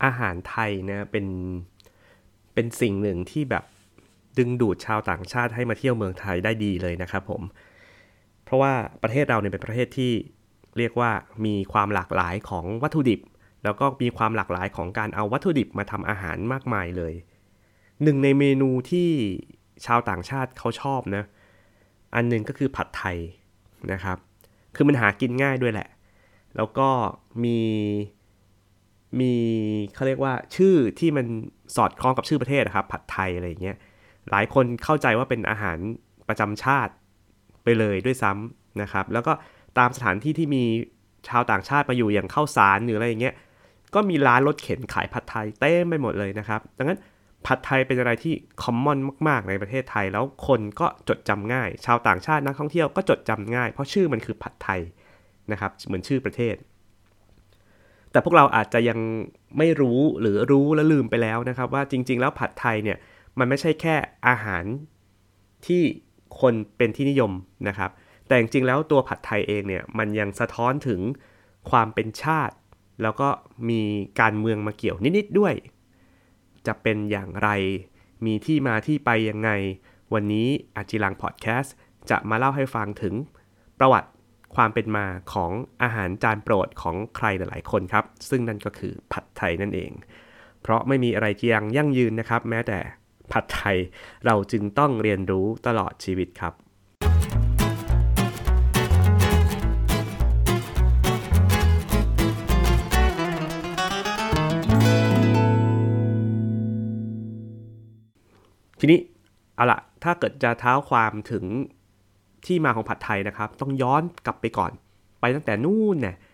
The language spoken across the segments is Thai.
อาหารไทยนะเป็นสิ่งหนึ่งที่แบบดึงดูดชาวต่างชาติให้มาเที่ยวเมืองไทยได้ดีเลยนะครับผมเพราะว่าประเทศเราเนี่ยเป็นประเทศที่เรียกว่ามีความหลากหลายของวัตถุดิบแล้วก็มีความหลากหลายของการเอาวัตถุดิบมาทำอาหารมากมายเลยหนึ่งในเมนูที่ชาวต่างชาติเขาชอบนะอันหนึ่งก็คือผัดไทยนะครับคือมันหากินง่ายด้วยแหละแล้วก็มีเขาเรียกว่าชื่อที่มันสอดคล้องกับชื่อประเทศนะครับผัดไทยอะไรอย่างเงี้ยหลายคนเข้าใจว่าเป็นอาหารประจำชาติไปเลยด้วยซ้ำนะครับแล้วก็ตามสถานที่ที่มีชาวต่างชาติมาอยู่อย่างข้าวสารหรืออะไรอย่างเงี้ยก็มีร้านรถเข็นขายผัดไทยเต็มไปหมดเลยนะครับดังนั้นผัดไทยเป็นอะไรที่คอมมอนมากๆในประเทศไทยแล้วคนก็จดจำง่ายชาวต่างชาตินักท่องเที่ยวก็จดจำง่ายเพราะชื่อมันคือผัดไทยนะครับเหมือนชื่อประเทศแต่พวกเราอาจจะยังไม่รู้หรือรู้และลืมไปแล้วนะครับว่าจริงๆแล้วผัดไทยเนี่ยมันไม่ใช่แค่อาหารที่คนเป็นที่นิยมนะครับแต่จริงๆแล้วตัวผัดไทยเองเนี่ยมันยังสะท้อนถึงความเป็นชาติแล้วก็มีการเมืองมาเกี่ยวนิดๆด้วยจะเป็นอย่างไรมีที่มาที่ไปยังไงวันนี้อาจิรังพอดแคสต์จะมาเล่าให้ฟังถึงประวัติความเป็นมาของอาหารจานโปรดของใครหลายๆคนครับซึ่งนั่นก็คือผัดไทยนั่นเองเพราะไม่มีอะไรที่ยังยั่งยืนนะครับแม้แต่ผัดไทยเราจึงต้องเรียนรู้ตลอดชีวิตครับทีนี้เอาล่ะถ้าเกิดจะเท้าความถึงที่มาของผัดไทยนะครับต้องย้อนกลับไปก่อนไปตั้งแต่นู่นเนี่ย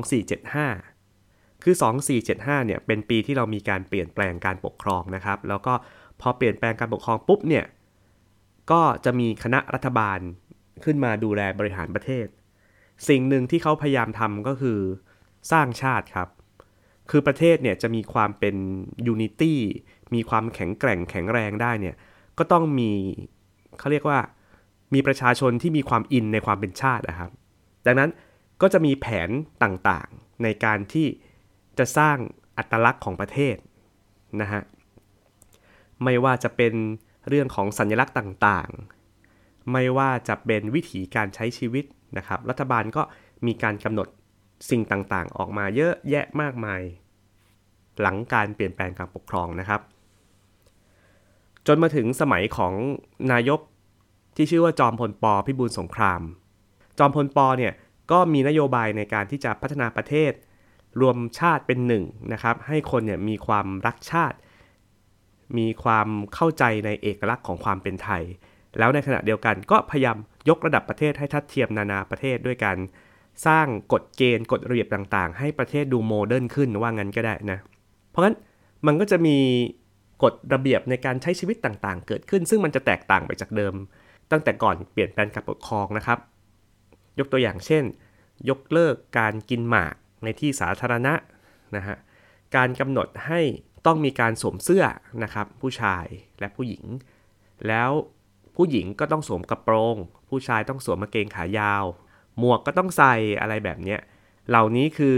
2475คือ2475เนี่ยเป็นปีที่เรามีการเปลี่ยนแปลงการปกครองนะครับแล้วก็พอเปลี่ยนแปลงการปกครองปุ๊บเนี่ยก็จะมีคณะรัฐบาลขึ้นมาดูแลบริหารประเทศสิ่งหนึ่งที่เขาพยายามทำก็คือสร้างชาติครับคือประเทศเนี่ยจะมีความเป็นยูนิตี้มีความแข็งแกร่งแข็งแรงได้เนี่ยก็ต้องมีเขาเรียกว่ามีประชาชนที่มีความอินในความเป็นชาตินะครับดังนั้นก็จะมีแผนต่างๆในการที่จะสร้างอัตลักษณ์ของประเทศนะฮะไม่ว่าจะเป็นเรื่องของสัญลักษณ์ต่างๆไม่ว่าจะเป็นวิถีการใช้ชีวิตนะครับรัฐบาลก็มีการกำหนดสิ่งต่างๆออกมาเยอะแยะมากมายหลังการเปลี่ยนแปลงการปกครองนะครับจนมาถึงสมัยของนายกที่ชื่อว่าจอมพลป.พิบูลสงครามจอมพลป.เนี่ยก็มีนโยบายในการที่จะพัฒนาประเทศรวมชาติเป็นหนึ่งนะครับให้คนเนี่ยมีความรักชาติมีความเข้าใจในเอกลักษณ์ของความเป็นไทยแล้วในขณะเดียวกันก็พยายามยกระดับประเทศให้ทัดเทียมนานาประเทศด้วยการสร้างกฎเกณฑ์กฎระเบียบต่างๆให้ประเทศดูโมเดิร์นขึ้นว่างั้นก็ได้นะเพราะงั้นมันก็จะมีกฎระเบียบในการใช้ชีวิตต่างๆเกิดขึ้นซึ่งมันจะแตกต่างไปจากเดิมตั้งแต่ก่อนเปลี่ยนแปลงการปกครองนะครับยกตัวอย่างเช่นยกเลิกการกินหมากในที่สาธารณะนะฮะการกำหนดให้ต้องมีการสวมเสื้อนะครับผู้ชายและผู้หญิงแล้วผู้หญิงก็ต้องสวมกระโปรงผู้ชายต้องสวมกางเกงขายาวหมวกก็ต้องใส่อะไรแบบนี้เหล่านี้คือ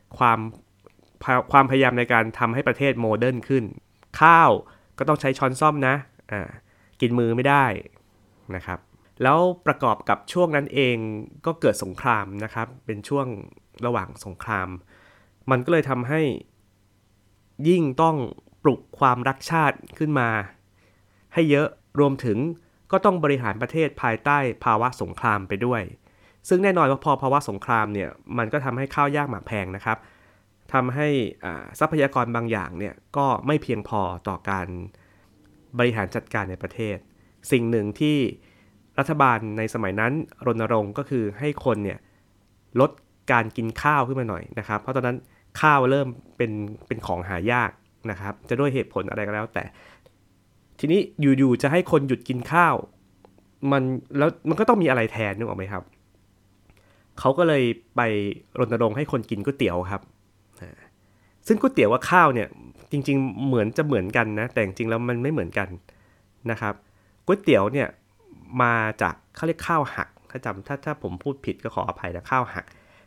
ความพยายามในการทำให้ประเทศโมเดิร์นขึ้นข้าวก็ต้องใช้ช้อนส้อมนะกินมือไม่ได้นะครับแล้วประกอบกับช่วงนั้นเองก็เกิดสงครามนะครับเป็นช่วงระหว่างสงครามมันก็เลยทำให้ยิ่งต้องปลุกความรักชาติขึ้นมาให้เยอะรวมถึงก็ต้องบริหารประเทศภายใต้ภาวะสงครามไปด้วยซึ่งแน่นอนว่าพอภาวะสงครามเนี่ยมันก็ทำให้ข้าวยากหมากแพงนะครับทำให้ทรัพยากรบางอย่างเนี่ยก็ไม่เพียงพอต่อการบริหารจัดการในประเทศสิ่งหนึ่งที่รัฐบาลในสมัยนั้นรณรงค์ก็คือให้คนเนี่ยลดการกินข้าวขึ้นมาหน่อยนะครับเพราะตอนนั้นข้าวเริ่มเป็นของหายากนะครับจะด้วยเหตุผลอะไรก็แล้วแต่ทีนี้อยู่ๆจะให้คนหยุดกินข้าวมันก็ต้องมีอะไรแทนนึกออกไหมครับเขาก็เลยไปรณรงค์ให้คนกินก๋วยเตี๋ยวครับซึ่งก๋วยเตี๋ยวกับข้าวเนี่ยจริงๆเหมือนกันนะแต่จริงๆแล้วมันไม่เหมือนกันนะครับก๋วยเตี๋ยวเนี่ยมาจากเขาเรียกข้าวหักถ้าผมพูดผิดก็ขออภัยนะข้าวหัก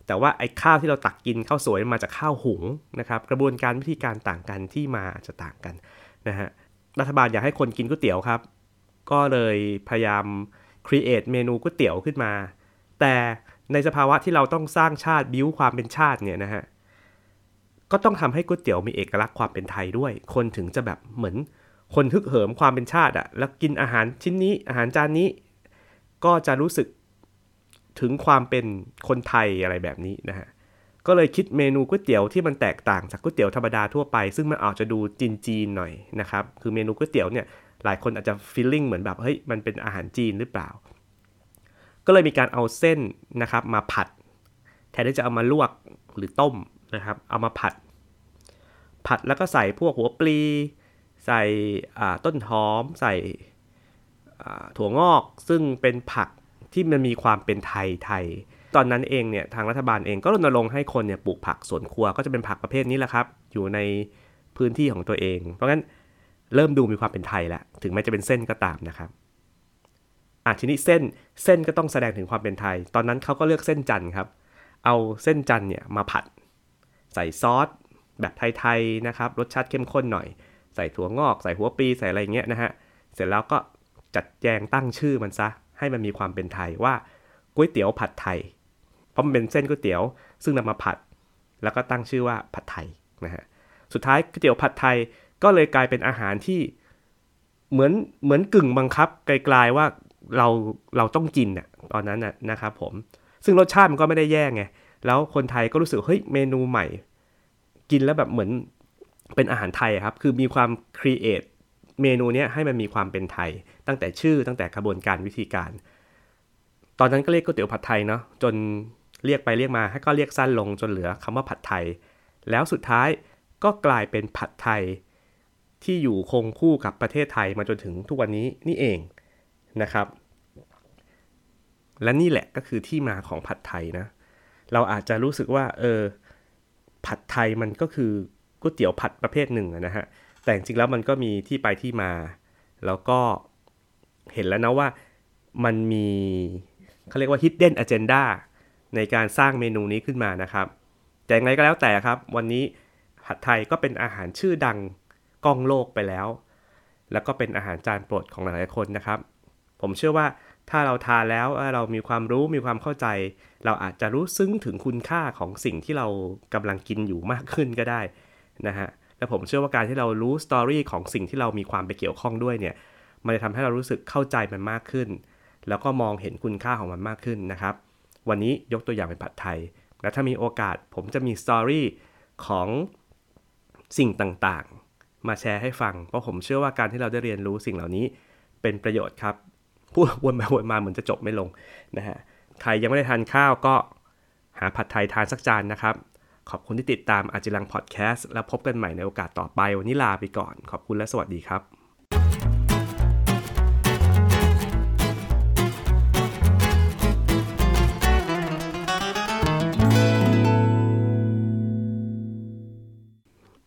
แต่ว่าไอ้ข้าวที่เราตักกินข้าวสวยมาจากข้าวหุงนะครับกระบวนการวิธีการต่างกันที่มาอาจจะต่างกันนะฮะรัฐบาลอยากให้คนกินก๋วยเตี๋ยวครับก็เลยพยายามครีเอทเมนูก๋วยเตี๋ยวขึ้นมาแต่ในสภาวะที่เราต้องสร้างชาติบิ้วความเป็นชาติเนี่ยนะฮะก็ต้องทำให้ก๋วยเตี๋ยวมีเอกลักษณ์ความเป็นไทยด้วยคนถึงจะแบบเหมือนคนฮึกเหิมความเป็นชาติอะแล้วกินอาหารชิ้นนี้อาหารจานนี้ก็จะรู้สึกถึงความเป็นคนไทยอะไรแบบนี้นะฮะก็เลยคิดเมนูก๋วยเตี๋ยวที่มันแตกต่างจากก๋วยเตี๋ยวธรรมดาทั่วไปซึ่งมันอาจจะดูจีนๆหน่อยนะครับคือเมนูก๋วยเตี๋ยวเนี่ยหลายคนอาจจะฟีลลิ่งเหมือนแบบเฮ้ยมันเป็นอาหารจีนหรือเปล่าก็เลยมีการเอาเส้นนะครับมาผัดแทนที่จะเอามาลวกหรือต้มนะครับเอามาผัดแล้วก็ใส่พวกหัวปลีใส่ต้นหอมใส่ถั่วงอกซึ่งเป็นผักที่มันมีความเป็นไทยตอนนั้นเองเนี่ยทางรัฐบาลเองก็รณรงค์ให้คนเนี่ยปลูกผักสวนครัวก็จะเป็นผักประเภทนี้แหละครับอยู่ในพื้นที่ของตัวเองเพราะงั้นเริ่มดูมีความเป็นไทยแล้วถึงแม้จะเป็นเส้นก็ตามนะครับทีนี้เส้นก็ต้องแสดงถึงความเป็นไทยตอนนั้นเขาก็เลือกเส้นจันทร์ครับเอาเส้นจันทร์เนี่ยมาผัดใส่ซอสแบบไทยๆนะครับรสชาติเข้มข้นหน่อยใส่ถั่วงอกใส่หัวปลีใส่อะไรเงี้ยนะฮะเสร็จแล้วก็จัดแจงตั้งชื่อมันซะให้มันมีความเป็นไทยว่าก๋วยเตี๋ยวผัดไทยเพราะมันเป็นเส้นก๋วยเตี๋ยวซึ่งนำมาผัดแล้วก็ตั้งชื่อว่าผัดไทยนะฮะสุดท้ายก๋วยเตี๋ยวผัดไทยก็เลยกลายเป็นอาหารที่เหมือนกึ่งบังคับไกลๆว่าเราต้องกินน่ะตอนนั้นนะครับผมซึ่งรสชาติมันก็ไม่ได้แย่ไงแล้วคนไทยก็รู้สึกเฮ้ยเมนูใหม่กินแล้วแบบเหมือนเป็นอาหารไทยครับคือมีความครีเอทเมนูนี้ให้มันมีความเป็นไทยตั้งแต่ชื่อตั้งแต่กระบวนการวิธีการตอนนั้นก็เรียกก๋วยเตี๋ยวผัดไทยเนาะจนเรียกไปเรียกมาให้ก็เรียกสั้นลงจนเหลือคำว่าผัดไทยแล้วสุดท้ายก็กลายเป็นผัดไทยที่อยู่คงคู่กับประเทศไทยมาจนถึงทุกวันนี้นี่เองนะครับและนี่แหละก็คือที่มาของผัดไทยนะเราอาจจะรู้สึกว่าผัดไทยมันก็คือก๋วยเตี๋ยวผัดประเภทหนึ่งนะฮะแต่จริงๆแล้วมันก็มีที่ไปที่มาแล้วก็เห็นแล้วนะว่ามันมีเขาเรียกว่า hidden agenda ในการสร้างเมนูนี้ขึ้นมานะครับแต่อย่างไรก็แล้วแต่ครับวันนี้ผัดไทยก็เป็นอาหารชื่อดังก้องโลกไปแล้วแล้วก็เป็นอาหารจานโปรดของหลายๆคนนะครับผมเชื่อว่าถ้าเราทานแล้วเรามีความรู้มีความเข้าใจเราอาจจะรู้ซึ้งถึงคุณค่าของสิ่งที่เรากำลังกินอยู่มากขึ้นก็ได้นะฮะและผมเชื่อว่าการที่เรารู้สตอรี่ของสิ่งที่เรามีความไปเกี่ยวข้องด้วยเนี่ยมันจะทำให้เรารู้สึกเข้าใจมันมากขึ้นแล้วก็มองเห็นคุณค่าของมันมากขึ้นนะครับวันนี้ยกตัวอย่างเป็นผัดไทยและถ้ามีโอกาสผมจะมีสตอรี่ของสิ่งต่างๆมาแชร์ให้ฟังเพราะผมเชื่อว่าการที่เราได้เรียนรู้สิ่งเหล่านี้เป็นประโยชน์ครับพูดวนไปวนมาเหมือนจะจบไม่ลงนะฮะใครยังไม่ได้ทานข้าวก็หาผัดไทยทานสักจานนะครับขอบคุณที่ติดตามอาจิรังพอดแคสต์แล้วพบกันใหม่ในโอกาสต่อไปวันนี้ลาไปก่อนขอบคุณและสวัสดีครับ